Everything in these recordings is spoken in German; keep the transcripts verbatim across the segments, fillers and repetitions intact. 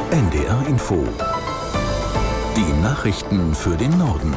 N D R Info. Die Nachrichten für den Norden.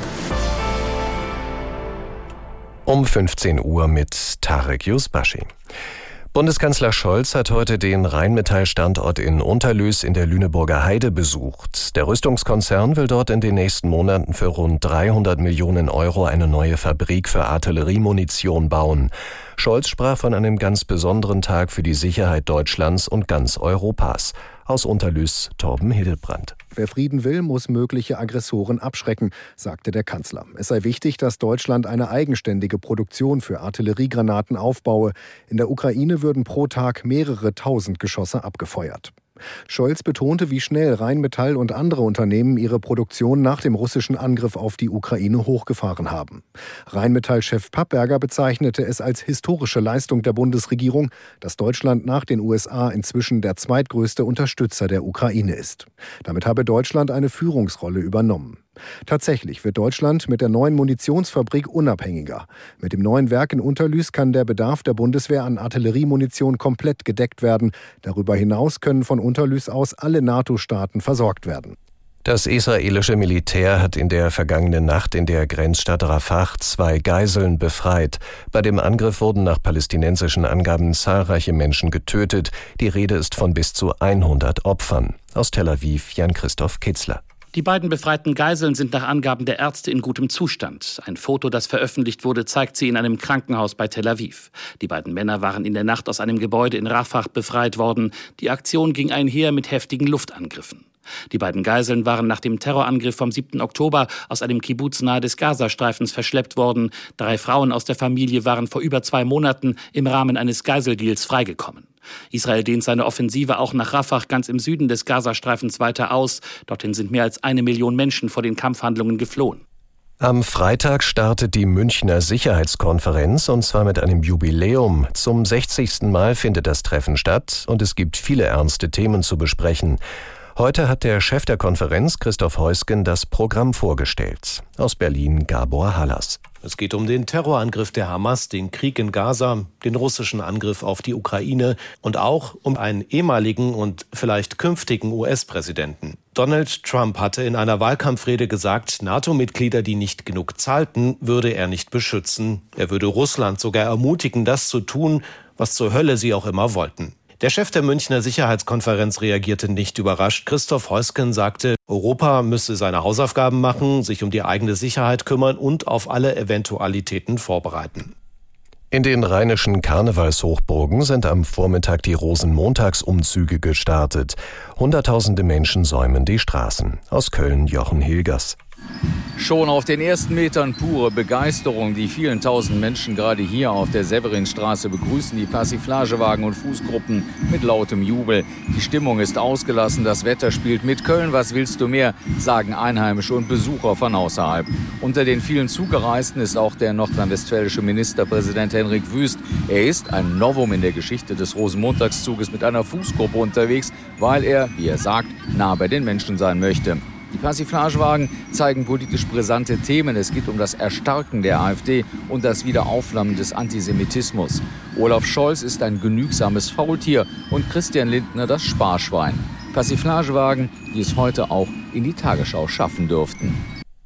Um fünfzehn Uhr mit Tarek Yusbashi. Bundeskanzler Scholz hat heute den Rheinmetall-Standort in Unterlüß in der Lüneburger Heide besucht. Der Rüstungskonzern will dort in den nächsten Monaten für rund dreihundert Millionen Euro eine neue Fabrik für Artilleriemunition bauen. Scholz sprach von einem ganz besonderen Tag für die Sicherheit Deutschlands und ganz Europas. Aus Unterlüß Torben Hildebrand. Wer Frieden will, muss mögliche Aggressoren abschrecken, sagte der Kanzler. Es sei wichtig, dass Deutschland eine eigenständige Produktion für Artilleriegranaten aufbaue. In der Ukraine würden pro Tag mehrere tausend Geschosse abgefeuert. Scholz betonte, wie schnell Rheinmetall und andere Unternehmen ihre Produktion nach dem russischen Angriff auf die Ukraine hochgefahren haben. Rheinmetall-Chef Papperger bezeichnete es als historische Leistung der Bundesregierung, dass Deutschland nach den U S A inzwischen der zweitgrößte Unterstützer der Ukraine ist. Damit habe Deutschland eine Führungsrolle übernommen. Tatsächlich wird Deutschland mit der neuen Munitionsfabrik unabhängiger. Mit dem neuen Werk in Unterlüß kann der Bedarf der Bundeswehr an Artilleriemunition komplett gedeckt werden. Darüber hinaus können von Unterlüß aus alle NATO-Staaten versorgt werden. Das israelische Militär hat in der vergangenen Nacht in der Grenzstadt Rafah zwei Geiseln befreit. Bei dem Angriff wurden nach palästinensischen Angaben zahlreiche Menschen getötet. Die Rede ist von bis zu hundert Opfern. Aus Tel Aviv Jan-Christoph Kitzler. Die beiden befreiten Geiseln sind nach Angaben der Ärzte in gutem Zustand. Ein Foto, das veröffentlicht wurde, zeigt sie in einem Krankenhaus bei Tel Aviv. Die beiden Männer waren in der Nacht aus einem Gebäude in Rafah befreit worden. Die Aktion ging einher mit heftigen Luftangriffen. Die beiden Geiseln waren nach dem Terrorangriff vom siebten Oktober aus einem Kibbuz nahe des Gazastreifens verschleppt worden. Drei Frauen aus der Familie waren vor über zwei Monaten im Rahmen eines Geiseldeals freigekommen. Israel dehnt seine Offensive auch nach Rafah ganz im Süden des Gazastreifens weiter aus. Dorthin sind mehr als eine Million Menschen vor den Kampfhandlungen geflohen. Am Freitag startet die Münchner Sicherheitskonferenz, und zwar mit einem Jubiläum. Zum sechzigsten Mal findet das Treffen statt und es gibt viele ernste Themen zu besprechen. Heute hat der Chef der Konferenz, Christoph Heusgen, das Programm vorgestellt. Aus Berlin Gabor Hallas. Es geht um den Terrorangriff der Hamas, den Krieg in Gaza, den russischen Angriff auf die Ukraine und auch um einen ehemaligen und vielleicht künftigen U S-Präsidenten. Donald Trump hatte in einer Wahlkampfrede gesagt, NATO-Mitglieder, die nicht genug zahlten, würde er nicht beschützen. Er würde Russland sogar ermutigen, das zu tun, was zur Hölle sie auch immer wollten. Der Chef der Münchner Sicherheitskonferenz reagierte nicht überrascht. Christoph Heusgen sagte, Europa müsse seine Hausaufgaben machen, sich um die eigene Sicherheit kümmern und auf alle Eventualitäten vorbereiten. In den rheinischen Karnevalshochburgen sind am Vormittag die Rosenmontagsumzüge gestartet. Hunderttausende Menschen säumen die Straßen. Aus Köln Jochen Hilgers. Schon auf den ersten Metern pure Begeisterung. Die vielen tausend Menschen gerade hier auf der Severinstraße begrüßen die Persiflagewagen und Fußgruppen mit lautem Jubel. Die Stimmung ist ausgelassen, das Wetter spielt mit. Köln, was willst du mehr, sagen Einheimische und Besucher von außerhalb. Unter den vielen Zugereisten ist auch der nordrhein-westfälische Ministerpräsident Henrik Wüst. Er ist ein Novum in der Geschichte des Rosenmontagszuges mit einer Fußgruppe unterwegs, weil er, wie er sagt, nah bei den Menschen sein möchte. Die Persiflagewagen zeigen politisch brisante Themen. Es geht um das Erstarken der AfD und das Wiederaufflammen des Antisemitismus. Olaf Scholz ist ein genügsames Faultier und Christian Lindner das Sparschwein. Persiflagewagen, die es heute auch in die Tagesschau schaffen dürften.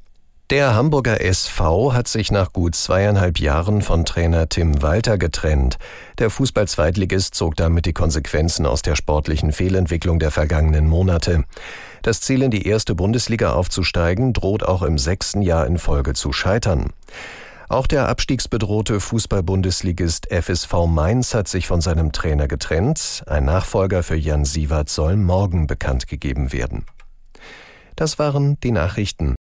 Der Hamburger S V hat sich nach gut zweieinhalb Jahren von Trainer Tim Walter getrennt. Der Fußball-Zweitligist zog damit die Konsequenzen aus der sportlichen Fehlentwicklung der vergangenen Monate. Das Ziel, in die erste Bundesliga aufzusteigen, droht auch im sechsten Jahr in Folge zu scheitern. Auch der abstiegsbedrohte Fußball-Bundesligist F S V Mainz hat sich von seinem Trainer getrennt. Ein Nachfolger für Jan Siewert soll morgen bekannt gegeben werden. Das waren die Nachrichten.